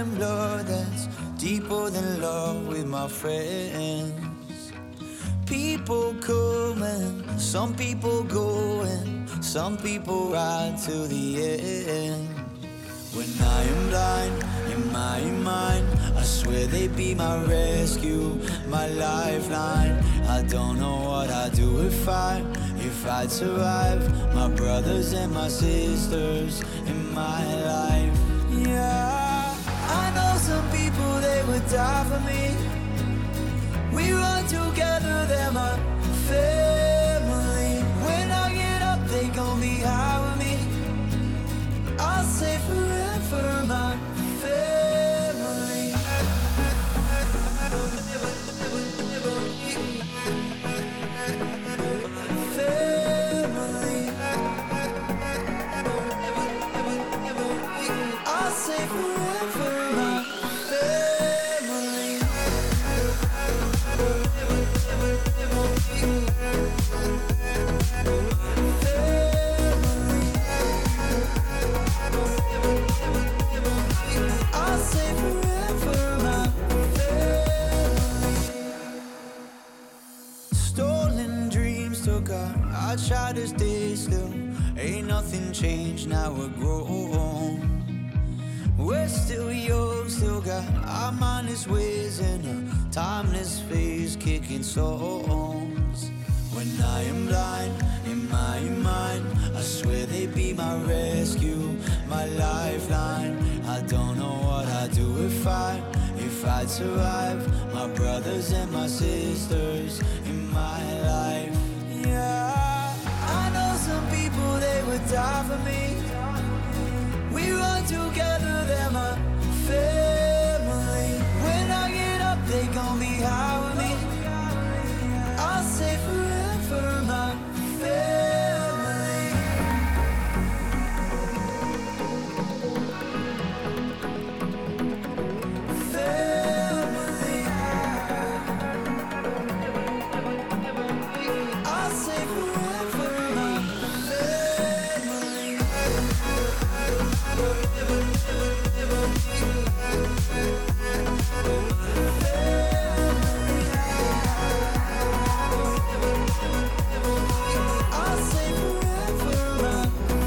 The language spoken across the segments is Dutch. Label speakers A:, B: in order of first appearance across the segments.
A: in blood that's deeper than love with my friends. People coming, some people going, some people ride to the end. When I am blind in my mind, I swear they'd be my rescue, my lifeline. I don't know what I'd do if I'd survive. My brothers and my sisters in my life. Yeah, I know some people, they would die for me. We run together, they're my family. When I get up, they gon' be high with me. I'll say forever, my family. Family. I'll say forever, my family. I'll say forever, my family. Stolen dreams took out, I try to stay still. Ain't nothing changed, now we're grown. We're still young, still got our mindless ways in a timeless phase, kicking songs. When I am blind in my mind, I swear they'd be my rescue, my lifeline. I don't know what I'd do if I'd survive. My brothers and my sisters in my life. Yeah, I know some people, they would die for me. We run together, they're my family. When I get up, they gon' be high with me. I'll say forever, my family. Family. I'll say forever, my family. I'll say forever, my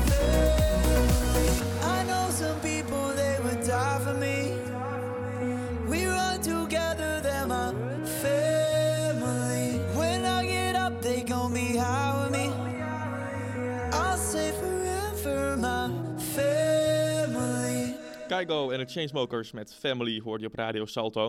A: family. I know some people, they would die for me. We run together, they're my family. When I get up, they gon' be high with me. I'll say forever, my family.
B: Kygo en de Chainsmokers met Family hoorde je op Radio Salto.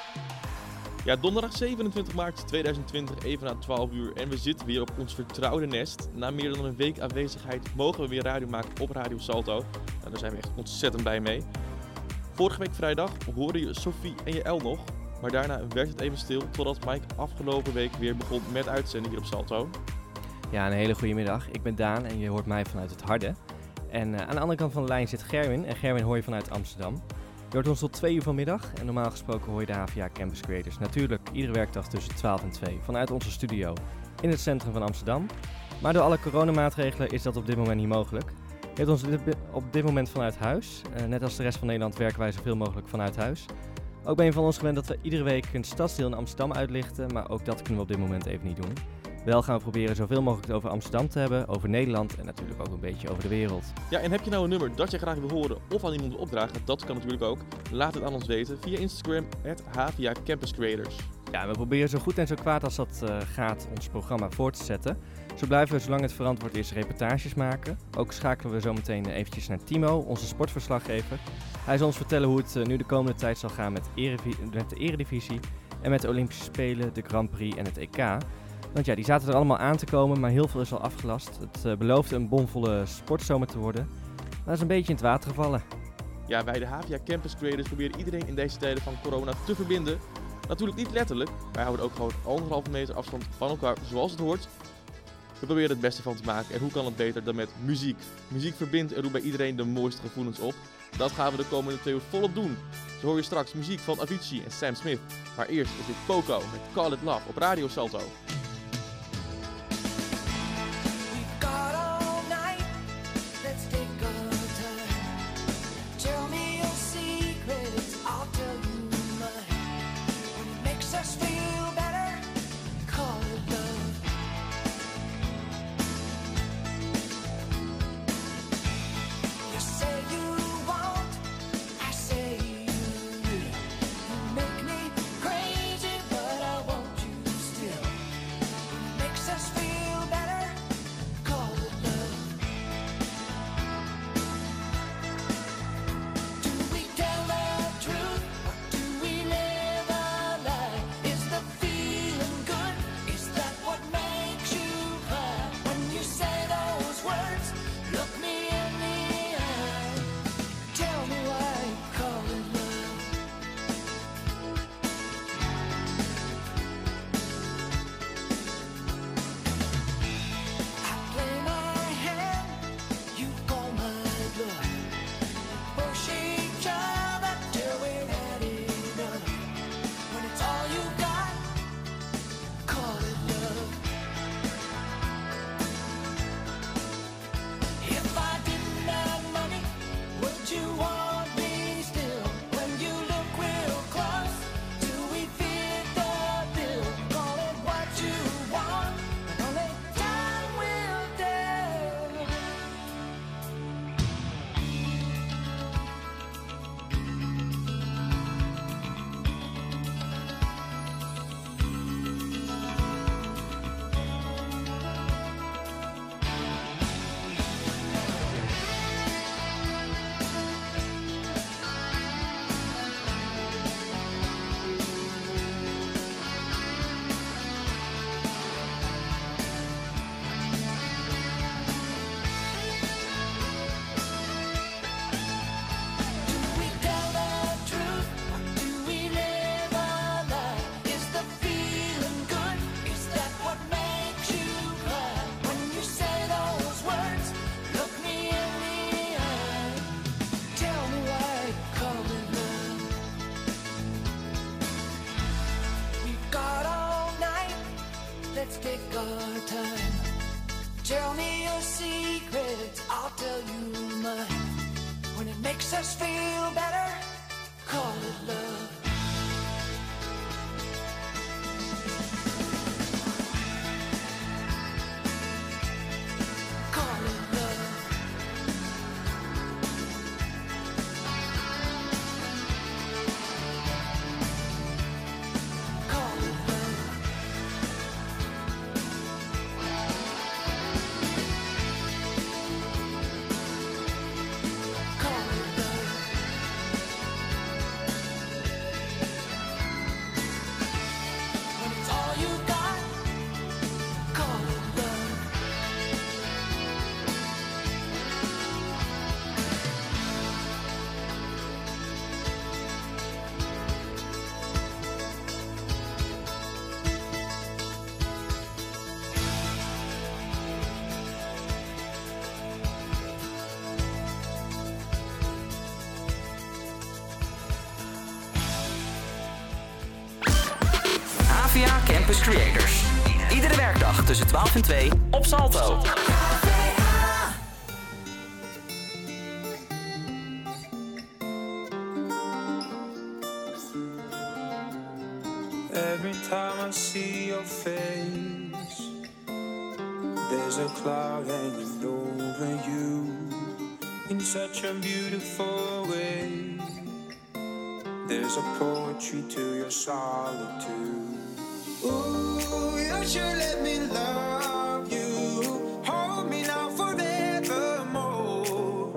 B: Ja, donderdag 27 maart 2020, even na 12 uur. En we zitten weer op ons vertrouwde nest. Na meer dan een week aanwezigheid mogen we weer radio maken op Radio Salto. Nou, daar zijn we echt ontzettend blij mee. Vorige week vrijdag hoorde je Sophie en Jaël nog. Maar daarna werd het even stil totdat Mike afgelopen week weer begon met uitzending hier op Salto.
C: Ja, een hele goede middag. Ik ben Daan en je hoort mij vanuit het Harde. En aan de andere kant van de lijn zit Gerwin. En Gerwin hoor je vanuit Amsterdam. Je hoort ons tot 2 uur vanmiddag. En normaal gesproken hoor je de HVA Campus Creators. Natuurlijk iedere werkdag tussen 12 en 2 vanuit onze studio in het centrum van Amsterdam. Maar door alle coronamaatregelen is dat op dit moment niet mogelijk. Je hebt ons op dit moment vanuit huis. Net als de rest van Nederland werken wij zoveel mogelijk vanuit huis. Ook ben je van ons gewend dat we iedere week een stadsdeel in Amsterdam uitlichten. Maar ook dat kunnen we op dit moment even niet doen. Wel gaan we proberen zoveel mogelijk het over Amsterdam te hebben, over Nederland en natuurlijk ook een beetje over de wereld.
B: Ja, en heb je nou een nummer dat je graag wil horen of aan iemand wil opdragen? Dat kan natuurlijk ook. Laat het aan ons weten via Instagram @HVA Campus Creators.
C: Ja, we proberen zo goed en zo kwaad als dat gaat ons programma voort te zetten. Zo blijven we zolang het verantwoord is reportages maken. Ook schakelen we zometeen eventjes naar Timo, onze sportverslaggever. Hij zal ons vertellen hoe het nu de komende tijd zal gaan met de Eredivisie en met de Olympische Spelen, de Grand Prix en het EK. Want ja, die zaten er allemaal aan te komen, maar heel veel is al afgelast. Het beloofde een bomvolle sportzomer te worden, maar dat is een beetje in het water gevallen.
B: Ja, wij de HVA Campus Creators proberen iedereen in deze tijden van corona te verbinden. Natuurlijk niet letterlijk, wij houden ook gewoon 1,5 meter afstand van elkaar zoals het hoort. We proberen het beste van te maken en hoe kan het beter dan met muziek. Muziek verbindt en roept bij iedereen de mooiste gevoelens op. Dat gaan we de komende 2 uur volop doen. Zo hoor je straks muziek van Avicii en Sam Smith. Maar eerst is dit Poco met Call It Love op Radio Salto.
A: Let's take our time. Tell me your secrets. let's take our time. Tell me your secrets, I'll tell you mine. When it makes us feel better, call it love.
D: HVA Campus Creators. Iedere werkdag tussen 12 en 2 op Salto.
E: Every time I see your face, there's a cloud hanging over you in such a beautiful way. There's a poetry to your solitude. Ooh, you should let me love you. Hold me now forevermore.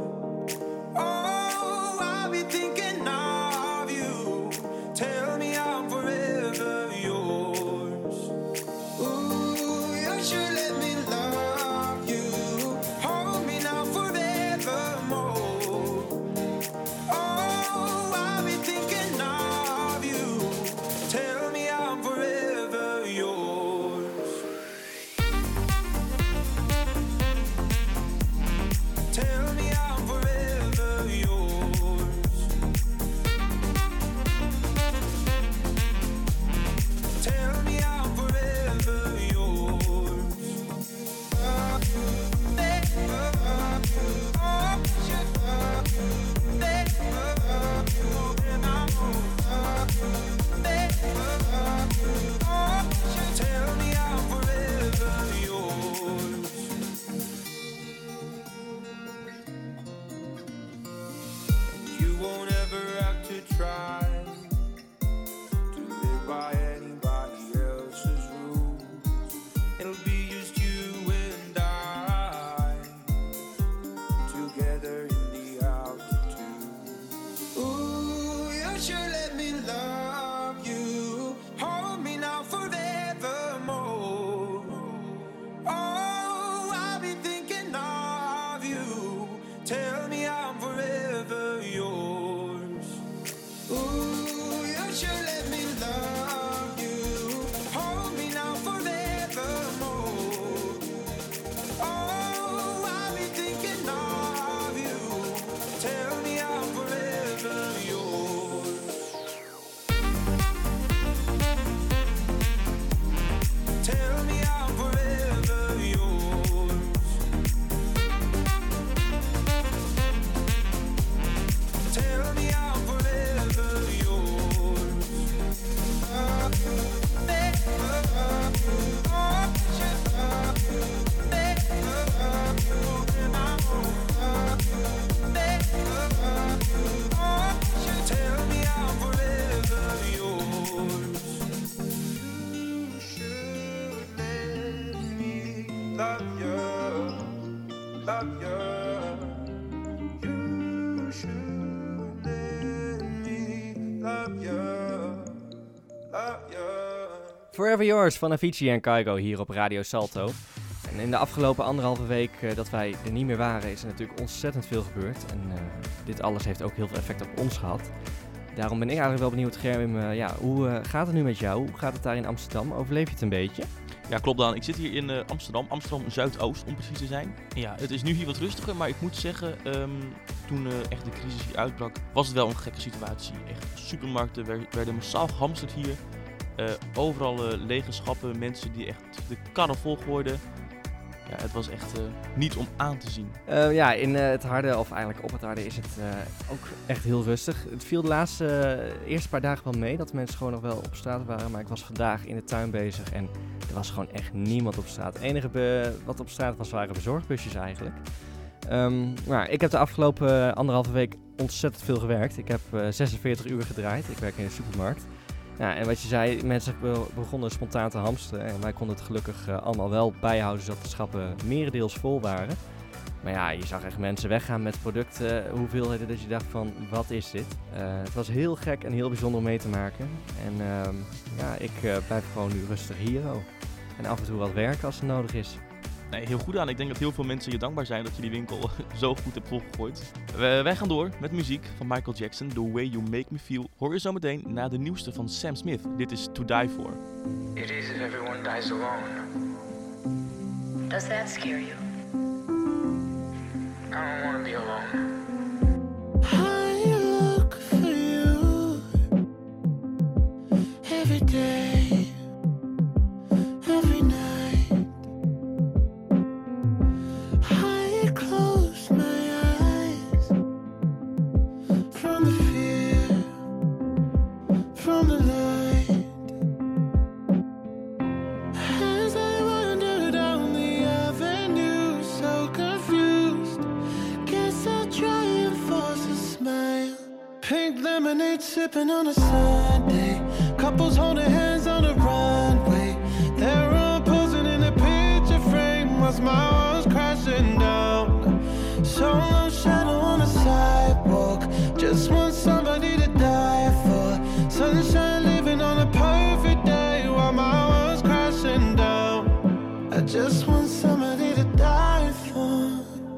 E: Oh, I'll be thinking of you. Tell me I'm forever yours. Ooh, you should let me love you. Hold me now forevermore. Oh, I'll be thinking of you. Tell me I'm forever yours. Tell me I'm forever yours. Tell me I'm forever yours. Tell me I'm forever yours. You won't ever have to try to live by anybody else's rules. It'll be just you and I together in the altitude. Ooh, you should let me love you. Hold me now forevermore. Oh, I'll be thinking of you. Tell me I'm forever yours. Ooh, you should let me love you. Hold me now forevermore. Oh, I'll be thinking of you. Tell me I'm forever yours. Tell me I'm forever yours. Tell me I'm forever yours. Tell me I'm forever yours. You should let me love you, love you. You should let me love you, love you.
C: Forever Yours van Avicii en Kygo hier op Radio Salto. En in de afgelopen 1,5 week dat wij er niet meer waren, is er natuurlijk ontzettend veel gebeurd. En dit alles heeft ook heel veel effect op ons gehad. Daarom ben ik eigenlijk wel benieuwd, Gerwin, hoe gaat het nu met jou? Hoe gaat het daar in Amsterdam? Overleef je het een beetje?
B: Ja, klopt Daan. Ik zit hier in Amsterdam Zuidoost om precies te zijn. Ja, het is nu hier wat rustiger, maar ik moet zeggen, toen echt de crisis hier uitbrak, was het wel een gekke situatie. Echt, supermarkten werden massaal gehamsterd hier. Overal lege schappen, mensen die echt de karren volgooiden. Ja, het was echt niet om aan te zien.
C: In het Harde, of eigenlijk op het Harde, is het ook echt heel rustig. Het viel de eerste paar dagen wel mee dat mensen gewoon nog wel op straat waren. Maar ik was vandaag in de tuin bezig en er was gewoon echt niemand op straat. Het enige wat op straat was, waren bezorgbusjes eigenlijk. Maar ik heb de afgelopen 1,5 week ontzettend veel gewerkt. Ik heb 46 uur gedraaid. Ik werk in de supermarkt. Ja, en wat je zei, mensen begonnen spontaan te hamsteren. En wij konden het gelukkig allemaal wel bijhouden, zodat de schappen merendeels vol waren. Maar ja, je zag echt mensen weggaan met producten, hoeveelheden dat je dacht van, wat is dit? Het was heel gek en heel bijzonder om mee te maken. En ik blijf gewoon nu rustig hier. En af en toe wat werken als het nodig is.
B: Nee, heel goed aan. Ik denk dat heel veel mensen je dankbaar zijn dat je die winkel zo goed hebt volgegooid. Wij gaan door met muziek van Michael Jackson. The Way You Make Me Feel hoor je zo meteen na de nieuwste van Sam Smith. Dit is To Die For.
F: It is if everyone dies alone.
G: Does that scare you?
F: I don't want to be alone.
E: I look for you every day, every night. I close my eyes from the fear, from the light. As I wander down the avenue, so confused. Guess I'll try and force a smile. Pink lemonade sipping on a Sunday. Couples holding hands on the runway. They're all posing in a picture frame while my walls crashing down. Solo shadow on the sidewalk. Just want somebody to die for. Sunshine living on a perfect day while my walls crashing down. I just want somebody to die for.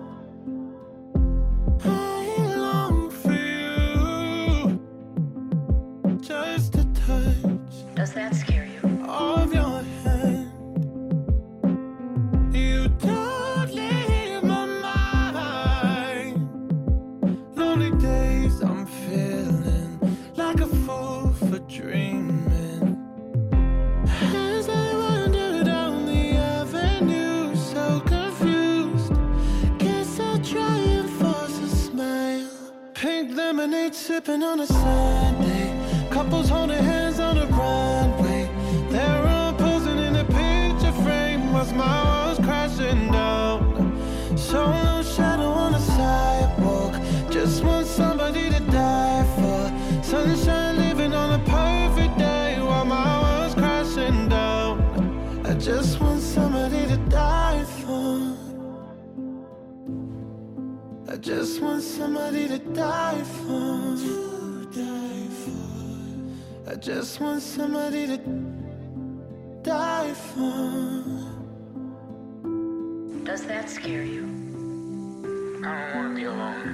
E: I long for you, just a touch
G: Does that scare you?
E: of your hand. You don't leave my mind. Lonely days I'm feeling like a fool for dreaming. As I wander down the avenue, so confused. Guess I'll try and force a smile. Pink lemonade sipping on a Sunday. Couples holding hands on the runway. They're all posing in a picture frame while my walls crashing down. Solo shadow on the sidewalk. Just want somebody to die for. Sunshine living on a perfect day while my walls crashing down. I just want somebody to die for. I just want somebody to die for. I just want somebody to die for.
G: Does that scare you?
F: I don't want to be alone.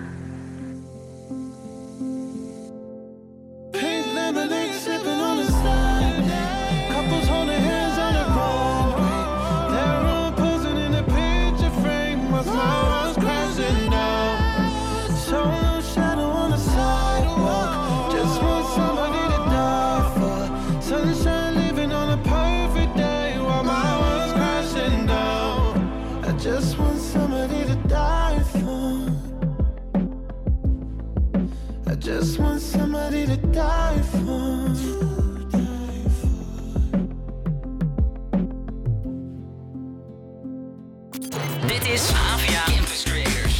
E: Pink lemonade sipping on the side. Couples holding hands on the runway. They're all posing in a picture frame while my walls crashing down. Solo shadow on the sidewalk. Just want somebody to die for. Sunshine living on a perfect day while my walls crashing down. I just want somebody to die for. I just want somebody to die for.
D: Dit is AVA Campus Creators.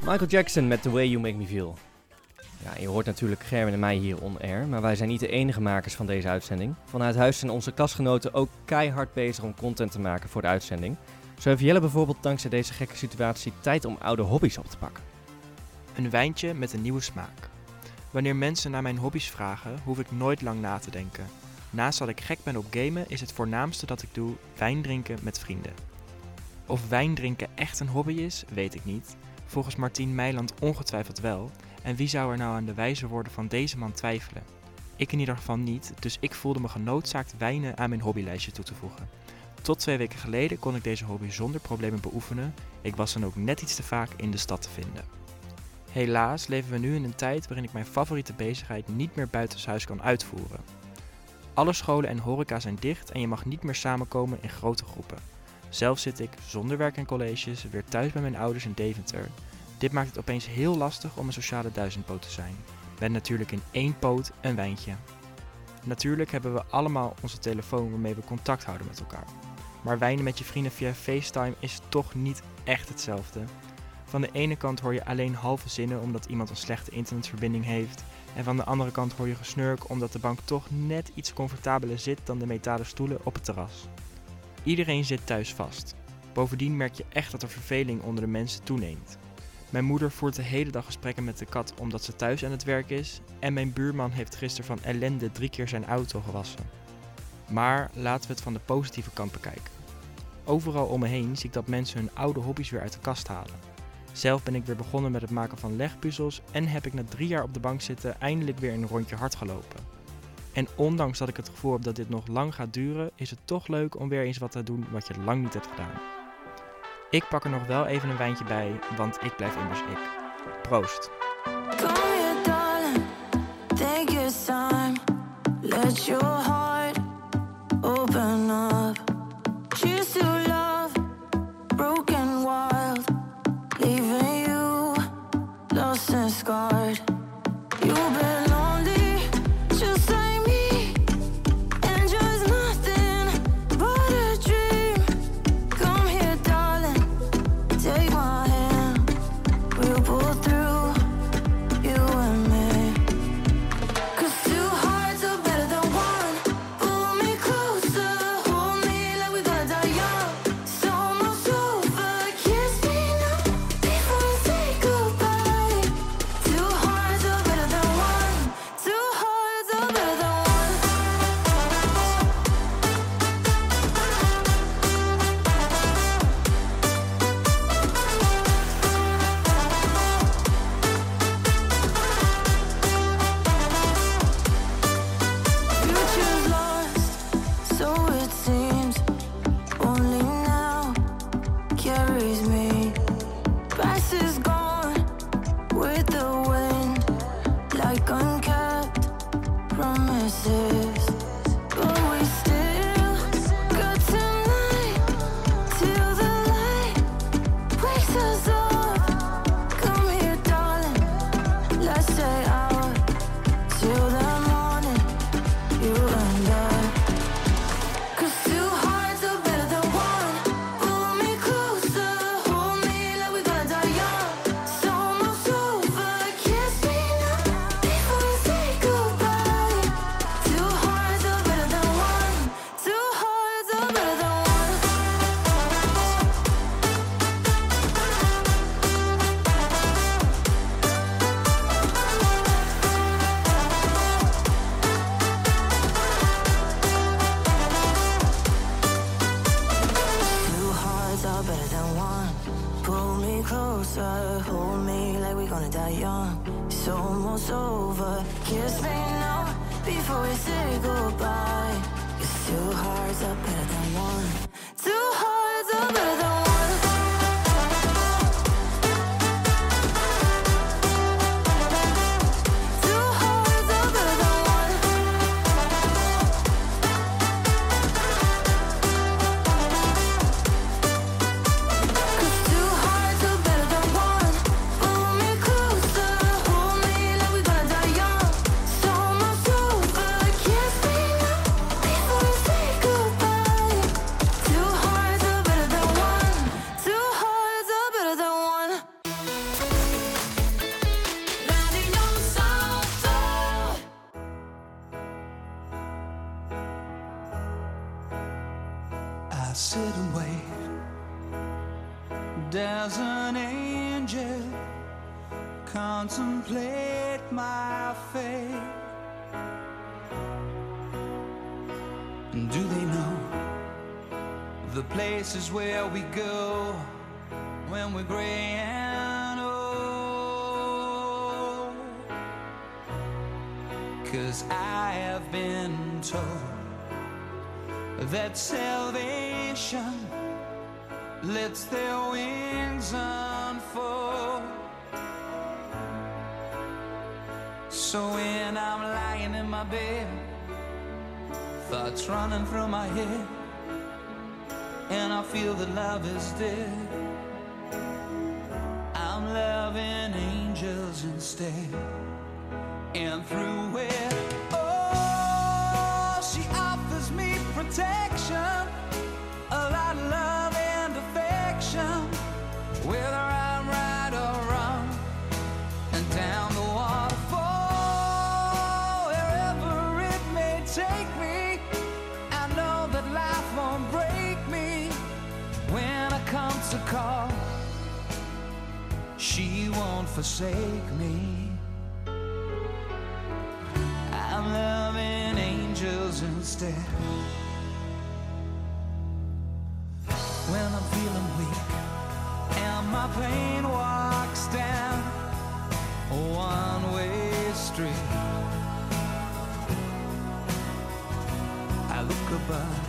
C: Michael Jackson met The Way You Make Me Feel. Ja, je hoort natuurlijk Gerwin en mij hier on-air, maar wij zijn niet de enige makers van deze uitzending. Vanuit huis zijn onze kastgenoten ook keihard bezig om content te maken voor de uitzending. Zo heeft Jelle bijvoorbeeld dankzij deze gekke situatie tijd om oude hobby's op te pakken.
H: Een wijntje met een nieuwe smaak. Wanneer mensen naar mijn hobby's vragen, hoef ik nooit lang na te denken. Naast dat ik gek ben op gamen, is het voornaamste dat ik doe wijn drinken met vrienden. Of wijn drinken echt een hobby is, weet ik niet. Volgens Martien Meiland ongetwijfeld wel. En wie zou er nou aan de wijze woorden van deze man twijfelen? Ik in ieder geval niet, dus ik voelde me genoodzaakt wijnen aan mijn hobbylijstje toe te voegen. Tot 2 weken geleden kon ik deze hobby zonder problemen beoefenen. Ik was dan ook net iets te vaak in de stad te vinden. Helaas leven we nu in een tijd waarin ik mijn favoriete bezigheid niet meer buitenshuis kan uitvoeren. Alle scholen en horeca zijn dicht en je mag niet meer samenkomen in grote groepen. Zelf zit ik, zonder werk en colleges, weer thuis bij mijn ouders in Deventer. Dit maakt het opeens heel lastig om een sociale duizendpoot te zijn. Met natuurlijk in 1 poot een wijntje. Natuurlijk hebben we allemaal onze telefoon waarmee we contact houden met elkaar. Maar wijnen met je vrienden via FaceTime is toch niet echt hetzelfde. Van de ene kant hoor je alleen halve zinnen omdat iemand een slechte internetverbinding heeft. En van de andere kant hoor je gesnurk omdat de bank toch net iets comfortabeler zit dan de metalen stoelen op het terras. Iedereen zit thuis vast. Bovendien merk je echt dat er verveling onder de mensen toeneemt. Mijn moeder voert de hele dag gesprekken met de kat omdat ze thuis aan het werk is. En mijn buurman heeft gisteren van ellende 3 keer zijn auto gewassen. Maar laten we het van de positieve kant bekijken. Overal om me heen zie ik dat mensen hun oude hobby's weer uit de kast halen. Zelf ben ik weer begonnen met het maken van legpuzzels en heb ik na 3 jaar op de bank zitten eindelijk weer een rondje hard gelopen. En ondanks dat ik het gevoel heb dat dit nog lang gaat duren, is het toch leuk om weer eens wat te doen wat je lang niet hebt gedaan. Ik pak er nog wel even een wijntje bij, want ik blijf immers ik. Proost!
I: Come here, darling, take your time. Let your heart open up. Choose to love, broken wild, leaving you lost and scarred. You've been lonely, just like me, and just nothing but a dream. Come here, darling, take my hand, we'll pull through, you and me. 'Cause 2 hearts are better than 1. Pull me closer, hold me like we're gonna die young. It's almost over, kiss me now before we say goodbye. 2 hearts are better than 1. 2 hearts are better than 1. Future's lost, so it seems. Only now carries me. Past is gone with the wind, like unkept promises. But we still got tonight till the light wakes us up. Come here, darling, let's stay out till the morning, you and I. 'Cause 2 hearts are better than 1. Pull me closer, hold me like we're gonna die young. It's almost over, kiss me now before we say goodbye. 2 hearts are better than 1. 2 hearts are better than 1. Two hearts are better than 1. Pull me closer, hold me like we're gonna die young. It's almost over, kiss me now before we say goodbye. 'Cause 2 hearts are better than 1. 2 hearts are better than 1. Two
A: sit and wait. Does an angel contemplate my fate? Do they know the places where we go when we're gray and old? 'Cause I have been told that salvation lets their wings unfold. So when I'm lying in my bed, thoughts running through my head, and I feel that love is dead, I'm loving angels instead. And through it, oh, she offers me protection, a lot of love and affection, whether I'm right or wrong, and down the waterfall, wherever it may take me, I know that life won't break me. When I come to call, she won't forsake me. I'm loving angels instead. When I'm feeling weak and my pain walks down a one-way street, I look above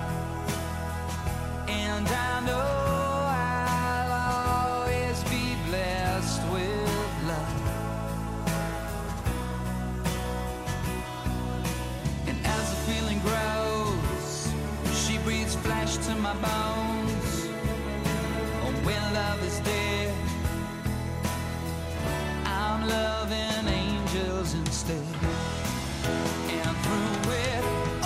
A: and I know I'll always be blessed with love. And as the feeling grows, she breathes flesh to my bones. Oh, when love is dead, I'm loving angels instead. And through it,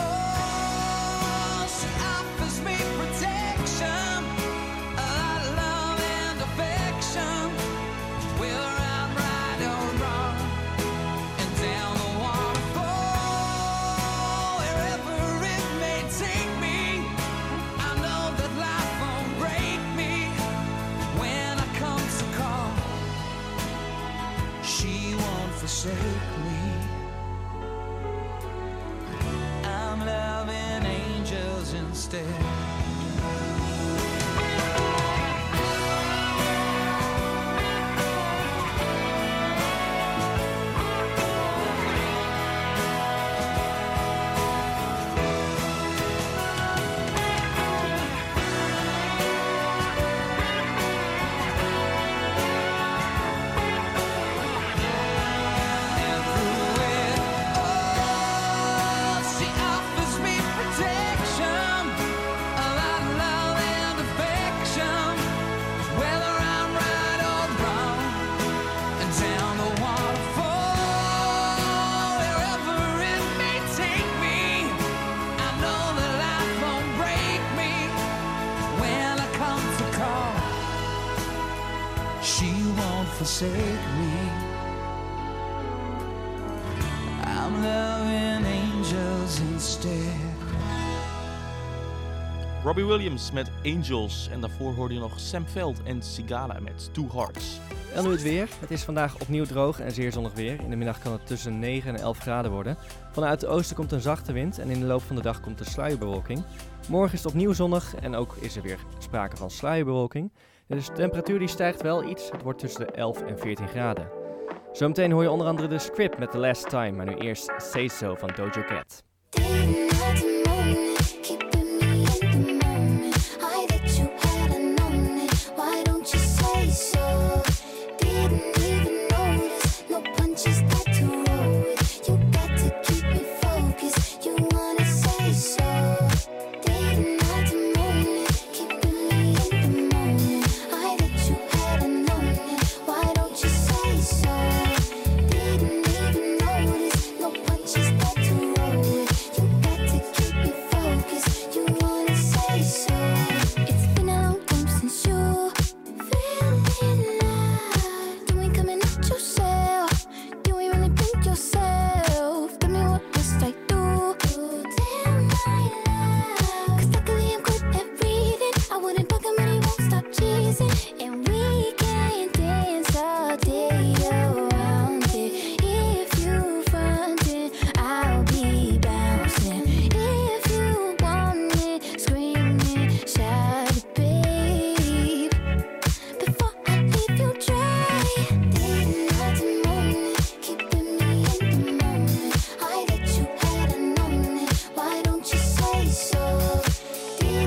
A: oh, she offers me protection, a lot of love and affection, whether I'm right or wrong, and down the waterfall, wherever it may take me, I know that life won't break me. When I come to call, she won't forsake me. I'm loving angels instead. And through it, oh, she offers me protection, a lot of love and affection, whether I'm right or wrong, and down the waterfall, wherever it may take me, I know that life won't break me. When I come to call, she won't forsake me. I'm loving angels instead.
B: Robbie Williams met Angels. En daarvoor hoorde je nog Sam Veld en Sigala met Two Hearts.
C: Dan nu het weer. Het is vandaag opnieuw droog en zeer zonnig weer. In de middag kan het tussen 9 en 11 graden worden. Vanuit het oosten komt een zachte wind en in de loop van de dag komt er sluierbewolking. Morgen is het opnieuw zonnig en ook is er weer sprake van sluierbewolking. Dus de temperatuur die stijgt wel iets. Het wordt tussen de 11 en 14 graden. Zometeen hoor je onder andere de Script met The Last Time, maar nu eerst Say So van Doja Cat.
I: Didn't have to moan it, keeping me in the moment. I that you hadn't known it. Why don't you say so? Didn't even notice. No punches that to roll with. You got to keep me focused. You wanna say so? Didn't have to moan it, keeping me in the moment. I that you hadn't known it. Why don't you say so? Didn't even notice. No punches that to roll with.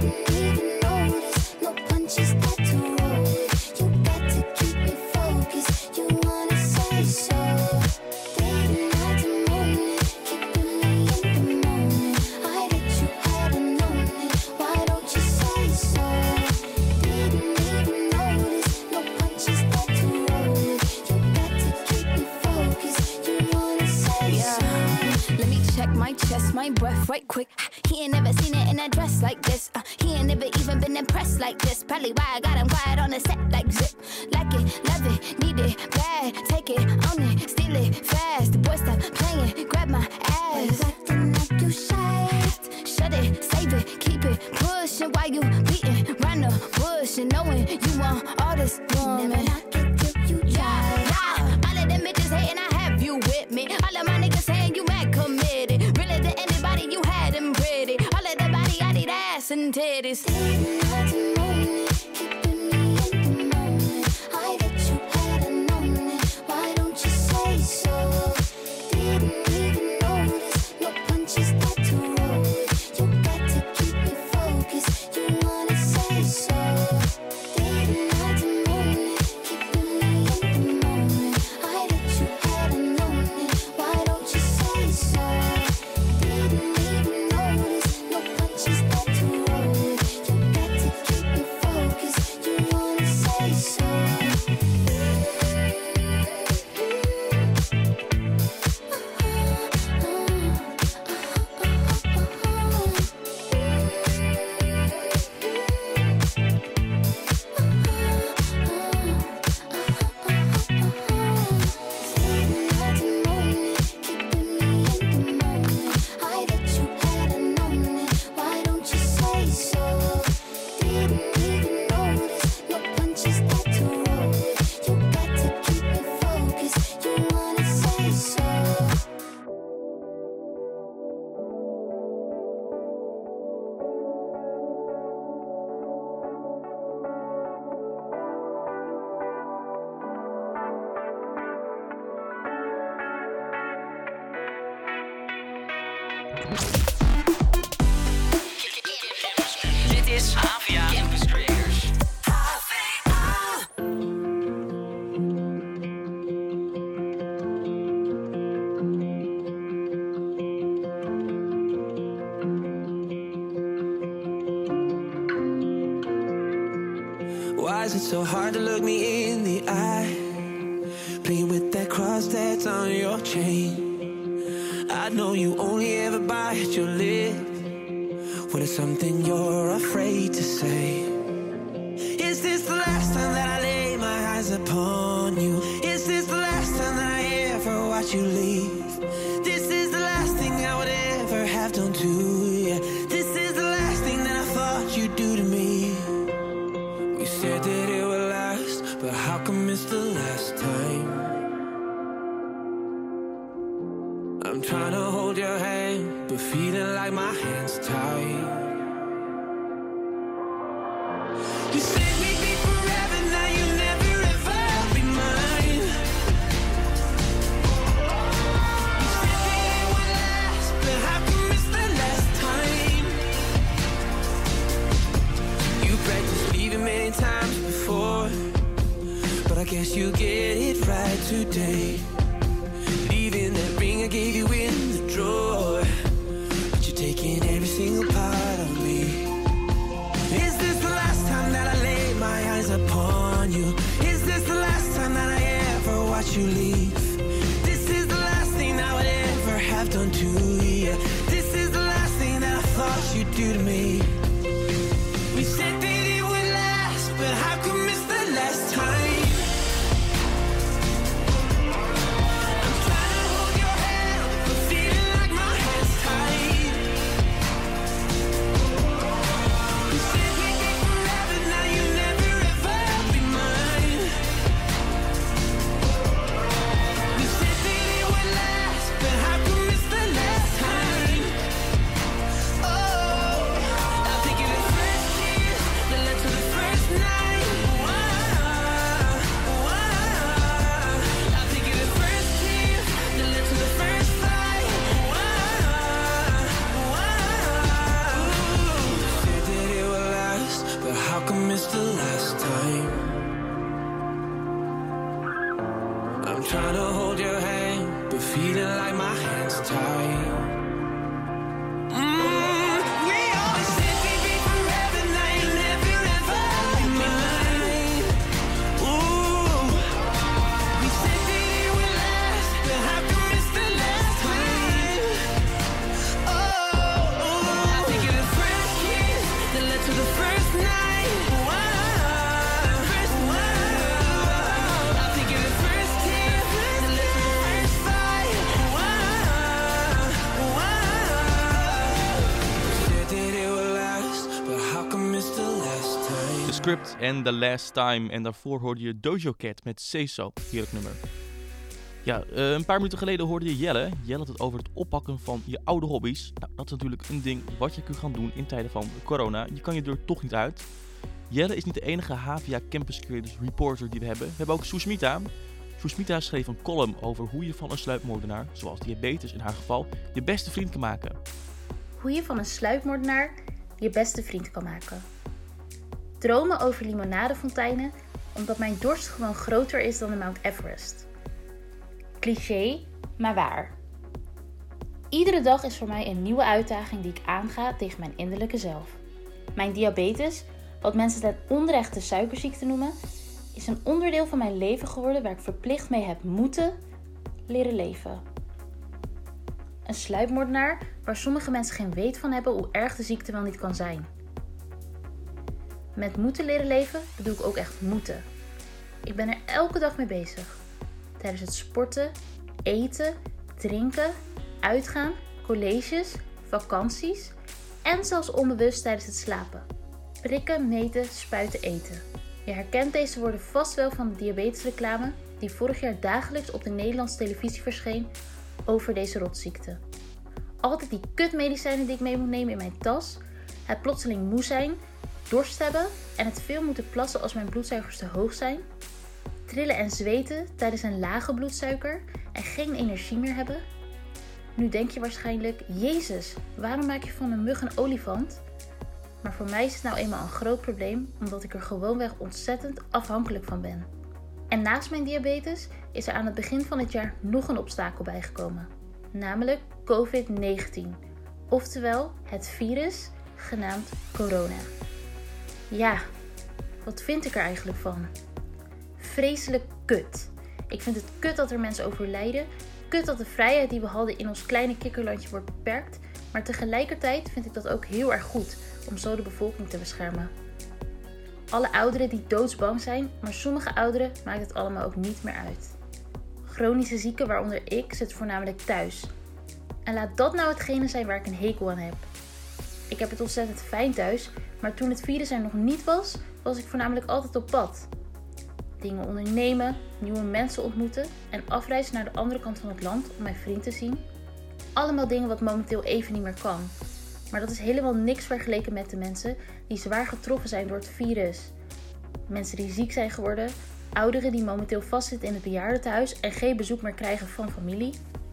I: Didn't even notice, no punches that to roll with. You got to keep me focused, you wanna say so. Didn't have to moan it, keeping me in the moment. I bet you hadn't known it, why don't you say so? Didn't even notice, no punches that to roll with. You got to keep me focused, you wanna say so.
J: Let me check my chest, my breath right quick. He ain't never seen it in a dress like this. He ain't never even been impressed like this. Probably why I got him quiet on the set like zip. Like it, love it, need it, bad. Take it, own it, steal it, fast. The boy stop playing, grab my ass.
I: Acting like you shy.
J: Shut it, save it, keep it pushing while you beating round the bush and knowing you want all this woman.
I: Never knock it till you try.
J: All of them bitches hating, I have you with me. All of my niggas saying you mad committed. Really to anybody, you had them pretty. All of the body, I need ass and titties.
I: Didn't have to moan it, keeping me in the moment. I bet you hadn't known it, why don't you say so? Didn't even notice, no punches that to roll with. You got to keep me focused, you wanna say so. Didn't have to moan it, keeping me in the moment. I bet you hadn't known it, why don't you say so? Didn't even notice, no punches that to roll with. You got to keep me focused, you wanna say so. Didn't have to moan it, keeping me in the moment. I bet you hadn't known it, why don't you say so? Didn't even notice, no punches that to roll with. You got to keep me focused, you wanna say so.
D: Dit is Havia Campus Creators.
E: Why is it so hard to look me in the eye? Playing with that cross that's on your chain. I know you only ever bite your lip when it's something you're afraid to say. Is this the last time that I lay my eyes upon you? Is this the last time that I ever watch you leave? This is the last thing I would ever have done to you. This is the last thing that I thought you'd do to me. We said that it would last, but how come it's the last time? I'm trying to hold your hand, but feeling like my hand's tied. You said we'd be forever, now you'll never ever be mine. You said that it would last, but how come it's the last time? You practiced leaving many times before, but I guess you get it right today. Leaving that ring I gave you in the drawer, but you're taking every single part of me. Is this the last time that I lay my eyes upon you? Is this the last time that I ever watch you leave? This is the last thing I would ever have done to you. This is the last thing that I thought you'd do to me. We said that it would last, but how come it's the last time? come miss the last time? I'm trying to hold your hand, but feeling like my hand's tied. We always said we'd be forever, now you'll never, ever be mine. Ooh, we said that it would last, but how come it's the last time? Oh, I think of the first kiss that led to the first night. I think of the first tear that led to the first fight. Said that it would last, but how come it's the last time?
B: The Script en The Last Time. En daarvoor hoorde je Doja Cat met Say So. Heerlijk nummer. Ja, een paar minuten geleden hoorde je Jelle. Jelle had het over het oppakken van je oude hobby's. Nou, dat is natuurlijk een ding wat je kunt gaan doen in tijden van corona. Je kan je deur toch niet uit. Jelle is niet de enige HVA Campus Creators reporter die we hebben. We hebben ook Susmita. Susmita schreef een column over hoe je van een sluipmoordenaar, zoals diabetes in haar geval, je beste vriend kan maken.
K: Hoe je van een sluipmoordenaar je beste vriend kan maken. Dromen over limonadefonteinen, omdat mijn dorst gewoon groter is dan de Mount Everest. Cliché, maar waar. Iedere dag is voor mij een nieuwe uitdaging die ik aanga tegen mijn innerlijke zelf. Mijn diabetes, wat mensen ten onrechte suikerziekte noemen, is een onderdeel van mijn leven geworden waar ik verplicht mee heb moeten leren leven. Een sluipmoordenaar waar sommige mensen geen weet van hebben hoe erg de ziekte wel niet kan zijn. Met moeten leren leven bedoel ik ook echt moeten. Ik ben er elke dag mee bezig. Tijdens het sporten, eten, drinken, uitgaan, colleges, vakanties en zelfs onbewust tijdens het slapen. Prikken, meten, spuiten, eten. Je herkent deze woorden vast wel van de diabetesreclame die vorig jaar dagelijks op de Nederlandse televisie verscheen over deze rotziekte. Altijd die kutmedicijnen die ik mee moet nemen in mijn tas, het plotseling moe zijn, dorst hebben en het veel moeten plassen als mijn bloedsuikers te hoog zijn, trillen en zweten tijdens een lage bloedsuiker en geen energie meer hebben. Nu denk je waarschijnlijk, Jezus, waarom maak je van een mug een olifant? Maar voor mij is het nou eenmaal een groot probleem, omdat ik er gewoonweg ontzettend afhankelijk van ben. En naast mijn diabetes is er aan het begin van het jaar nog een obstakel bijgekomen. Namelijk COVID-19. Oftewel het virus genaamd corona. Ja, wat vind ik er eigenlijk van? Vreselijk kut. Ik vind het kut dat er mensen overlijden. Kut dat de vrijheid die we hadden in ons kleine kikkerlandje wordt beperkt. Maar tegelijkertijd vind ik dat ook heel erg goed om zo de bevolking te beschermen. Alle ouderen die doodsbang zijn, maar sommige ouderen maakt het allemaal ook niet meer uit. Chronische zieken, waaronder ik, zit voornamelijk thuis. En laat dat nou hetgene zijn waar ik een hekel aan heb. Ik heb het ontzettend fijn thuis, maar toen het virus er nog niet was, was ik voornamelijk altijd op pad. Dingen ondernemen, nieuwe mensen ontmoeten en afreizen naar de andere kant van het land om mijn vriend te zien. Allemaal dingen wat momenteel even niet meer kan. Maar dat is helemaal niks vergeleken met de mensen die zwaar getroffen zijn door het virus. Mensen die ziek zijn geworden, ouderen die momenteel vastzitten in het bejaardentehuis en geen bezoek meer krijgen van familie.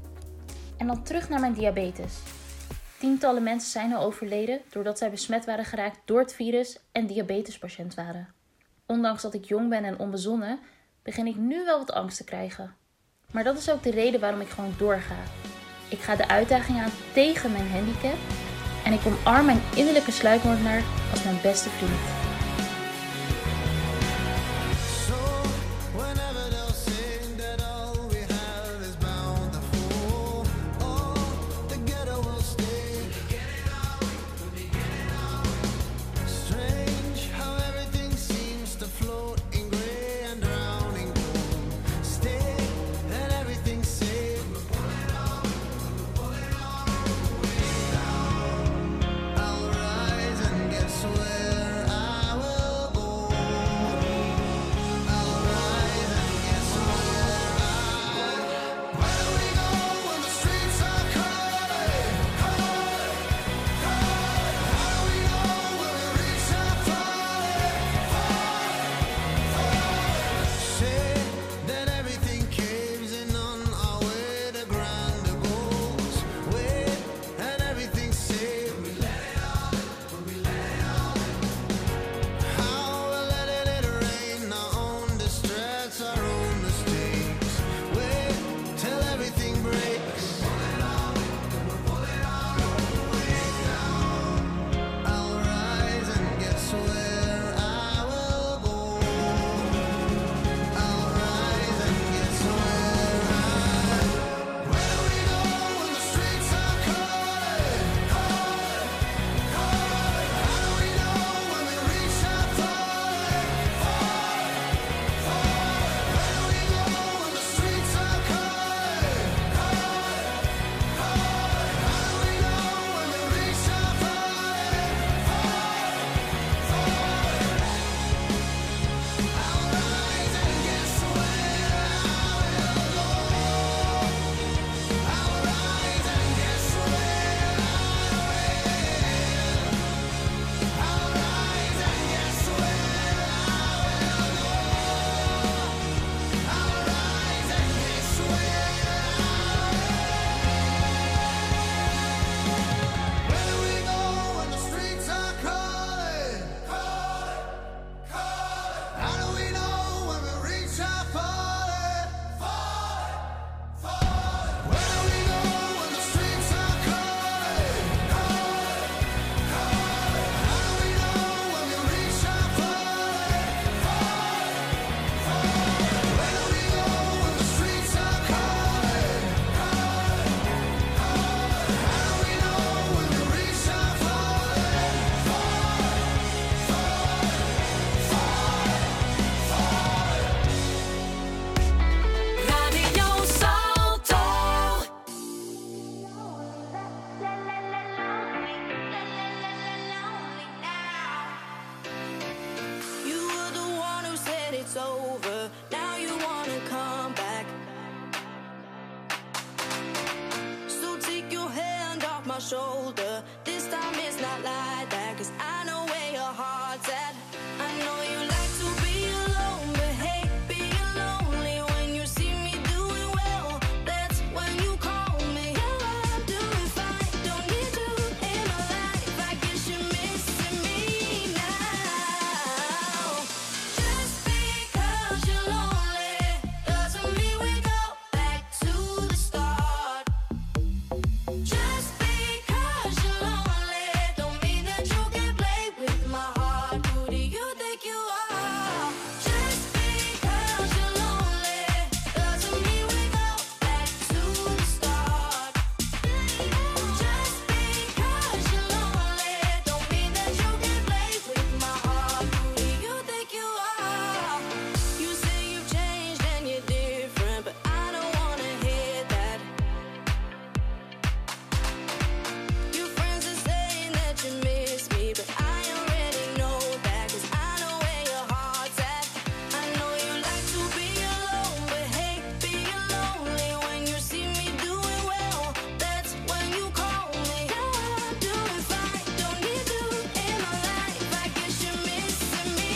K: En dan terug naar mijn diabetes. Tientallen mensen zijn al overleden doordat zij besmet waren geraakt door het virus en diabetespatiënt waren. Ondanks dat ik jong ben en onbezonnen, begin ik nu wel wat angst te krijgen. Maar dat is ook de reden waarom ik gewoon doorga. Ik ga de uitdaging aan tegen mijn handicap en ik omarm mijn innerlijke sluipmoordenaar als mijn beste vriend.
E: I'll rise and guess where I
I: shoulder. This time it's not like that, 'cause I know where your heart's at. I know you like to be alone, but hey, being lonely when you see me doing well, that's when you call me. Yeah, I'm doing fine, don't need you in my life. I guess you're missing me now. Just because you're lonely doesn't mean we go back to the start. Just because you're lonely don't mean that you can play with my heart. Who do you think you are? Just because you're lonely doesn't mean we go back to the start. Just because you're lonely don't mean that you can play with my heart. Who do you think you are? You say you've changed and you're different, but I don't wanna hear that. Your friends are saying that you miss me, but I already know that, 'cause I know where your heart's at. I know you like to be alone, but hey, being lonely when you see me doing well, that's when you call me. Yeah, I'm doing fine, don't need you in my life. I guess you're missing me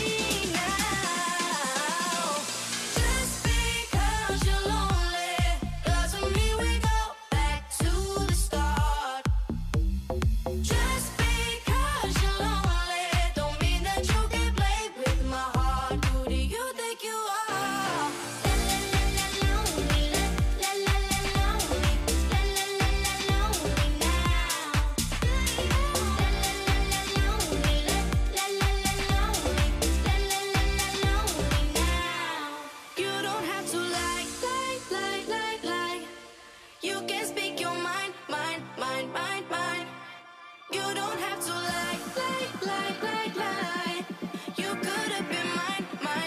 I: now. Just because you're lonely doesn't mean we go back to the start. Just because you're lonely don't mean that you can play with my heart. Who do you think you are? La la la la lonely, la la la la lonely, la la la la lonely now. La la la la lonely, la la la la lonely, la la la la lonely now. You don't have to lie. You can speak your mind. You don't have to lie. You could have been mine.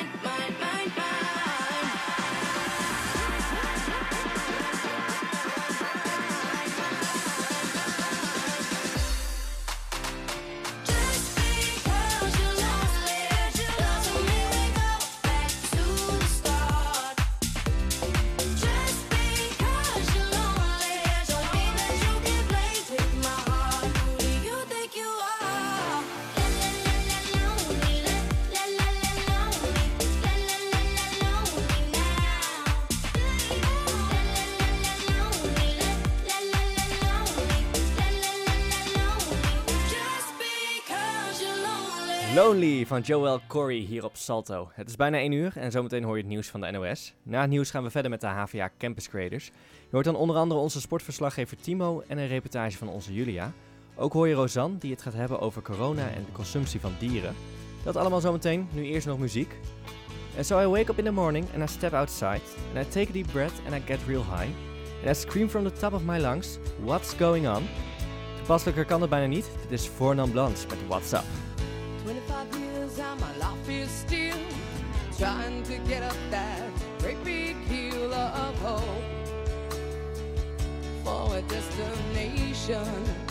I: Just because you're lonely doesn't mean we go back to the start. Just because you're lonely don't mean that you can play with my heart. Who do you think you are? La la la la lonely, la la la la lonely, la la la la lonely now. La la la la lonely, la la la la lonely, la la la la lonely. Just because you're lonely.
C: Lonely van Joel Corey hier op Salto. Het is bijna 1 uur en zometeen hoor je het nieuws van de NOS. Na het nieuws gaan we verder met de HVA Campus Creators. Je hoort dan onder andere onze sportverslaggever Timo en een reportage van onze Julia. Ook hoor je Rosanne die het gaat hebben over corona en de consumptie van dieren. Dat allemaal zometeen, nu eerst nog muziek. And so I wake up in the morning and I step outside and I take a deep breath and I get real high. And I scream from the top of my lungs, what's going on? Toepasselijker kan het bijna niet. Dit is Four Non Blondes met What's Up.
L: 25 years and my life is still trying to get up that great big hill of hope for a destination.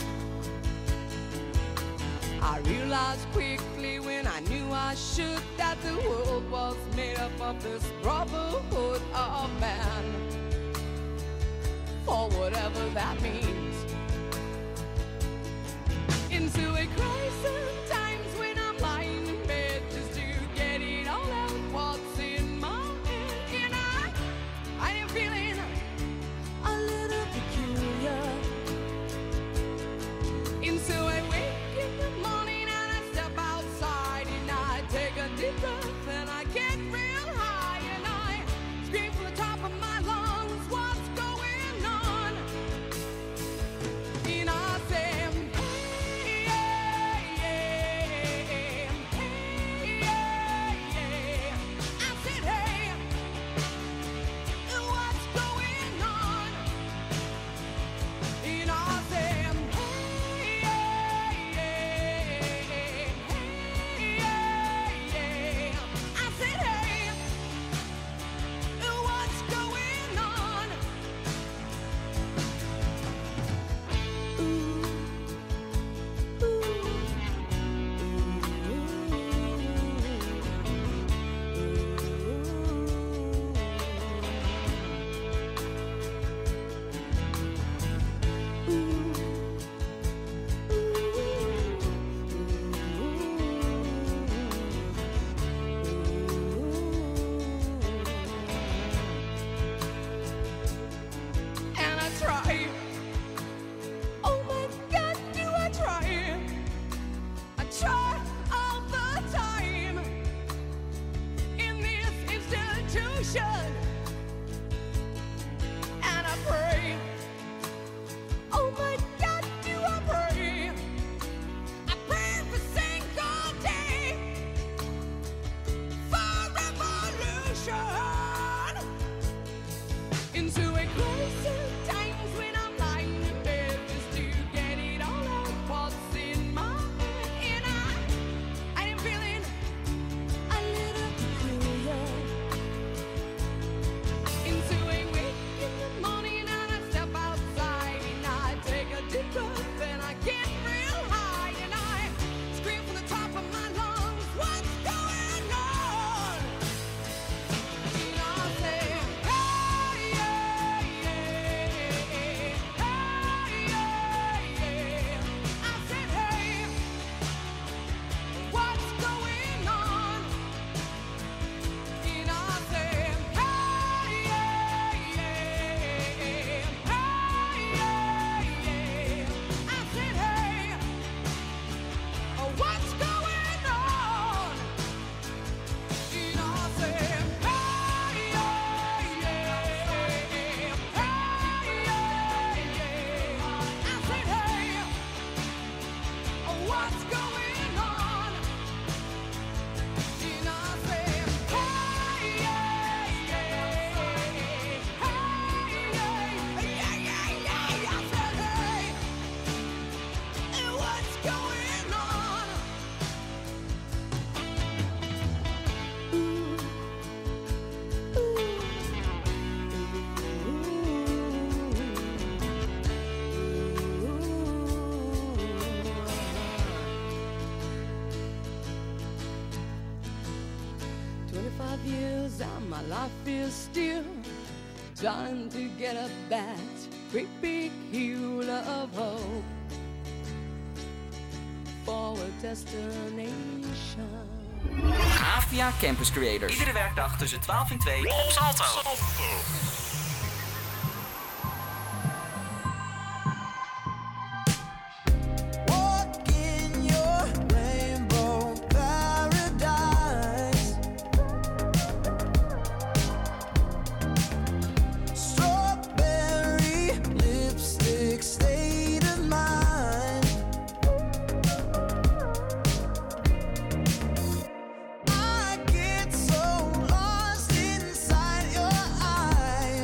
L: I realized quickly when I knew I should that the world was made up of this brotherhood of man, or whatever that means. Into a crisis times when I'm lying in bed just to get it all out what's in my head. And I am feeling a little peculiar. And so I wake in the morning and I step outside and I take a deep breath and I get real high and I scream from the top of my lungs, what's going on? And I say, hey, yeah, yeah. revolution. And I pray, oh my God, do I pray? I pray every single day for revolution. Into a crisis times when I'm lying in bed just to get it all out what's in my head. And I am feeling a little peculiar. Into a wake in the morning and I step outside and I take a deep breath and I get real high and I scream from the top of my lungs, what's going on? And I say, hey, yeah, yeah, hey, yeah, yeah. I said, hey, what's going on? And I said, hey, yeah, yeah, hey, yeah, yeah. I said, hey, what's going on? And I said, hey, yeah, yeah, hey, yeah, yeah. I said, hey, what's going on? And I said, hey, yeah, yeah, hey, yeah, yeah. I said, hey, what's going on? Years and my life is still trying to get up that great big hill of hope for a destination.
D: AVIA Campus Creators. Iedere werkdag tussen 12 en 2 op Salto.
A: Walk in your rainbow paradise. Strawberry lipstick state of mind. I get so lost inside your eyes.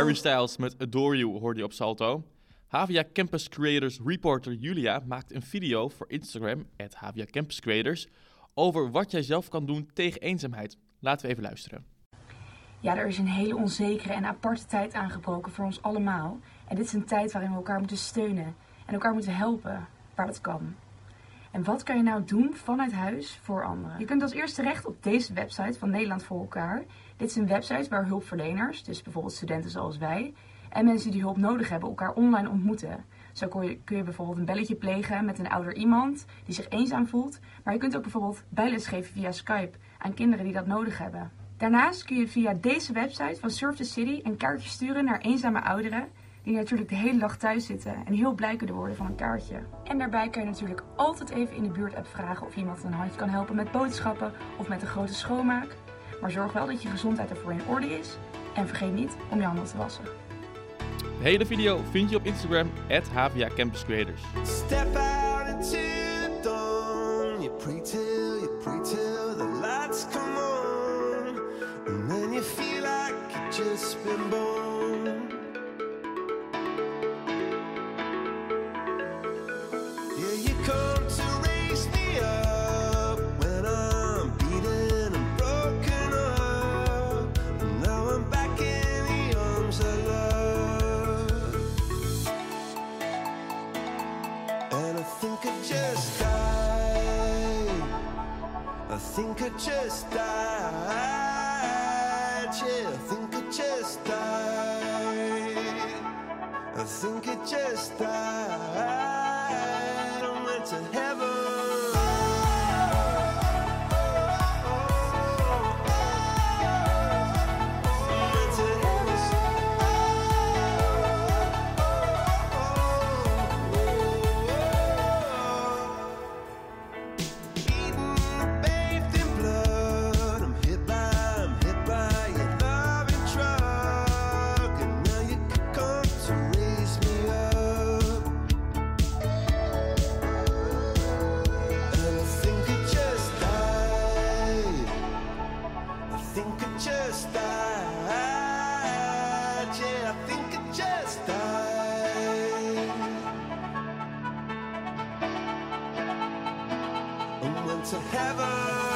B: Harry Styles met Adore You hoorde je op Salto. Havia Campus Creators reporter Julia maakt een video voor Instagram, @Havia Campus Creators, over wat jij zelf kan doen tegen eenzaamheid. Laten we even luisteren.
M: Ja, er is een hele onzekere en aparte tijd aangebroken voor ons allemaal. En dit is een tijd waarin we elkaar moeten steunen en elkaar moeten helpen, waar dat kan. En wat kan je nou doen vanuit huis voor anderen? Je kunt als eerste terecht op deze website van Nederland voor elkaar. Dit is een website waar hulpverleners, dus bijvoorbeeld studenten zoals wij, en mensen die hulp nodig hebben, elkaar online ontmoeten. Zo kun je bijvoorbeeld een belletje plegen met een ouder iemand die zich eenzaam voelt. Maar je kunt ook bijvoorbeeld bijles geven via Skype aan kinderen die dat nodig hebben. Daarnaast kun je via deze website van Surf the City een kaartje sturen naar eenzame ouderen die natuurlijk de hele dag thuis zitten en heel blij kunnen worden van een kaartje. En daarbij kan je natuurlijk altijd even in de buurtapp vragen of iemand een handje kan helpen met boodschappen of met een grote schoonmaak. Maar zorg wel dat je gezondheid ervoor in orde is en vergeet niet om je handen te wassen.
B: De hele video vind je op Instagram, @Havia Campus Creators.
E: Step out into the dawn. You pray till the lights come on. And then you feel like you've just been born. Yeah, you come to raise me up when I'm beaten and broken up. And now I'm back in the arms of love. And I think I just died. I think I just died. Yeah, I think I just died. I think I just died. I went to heaven. To heaven.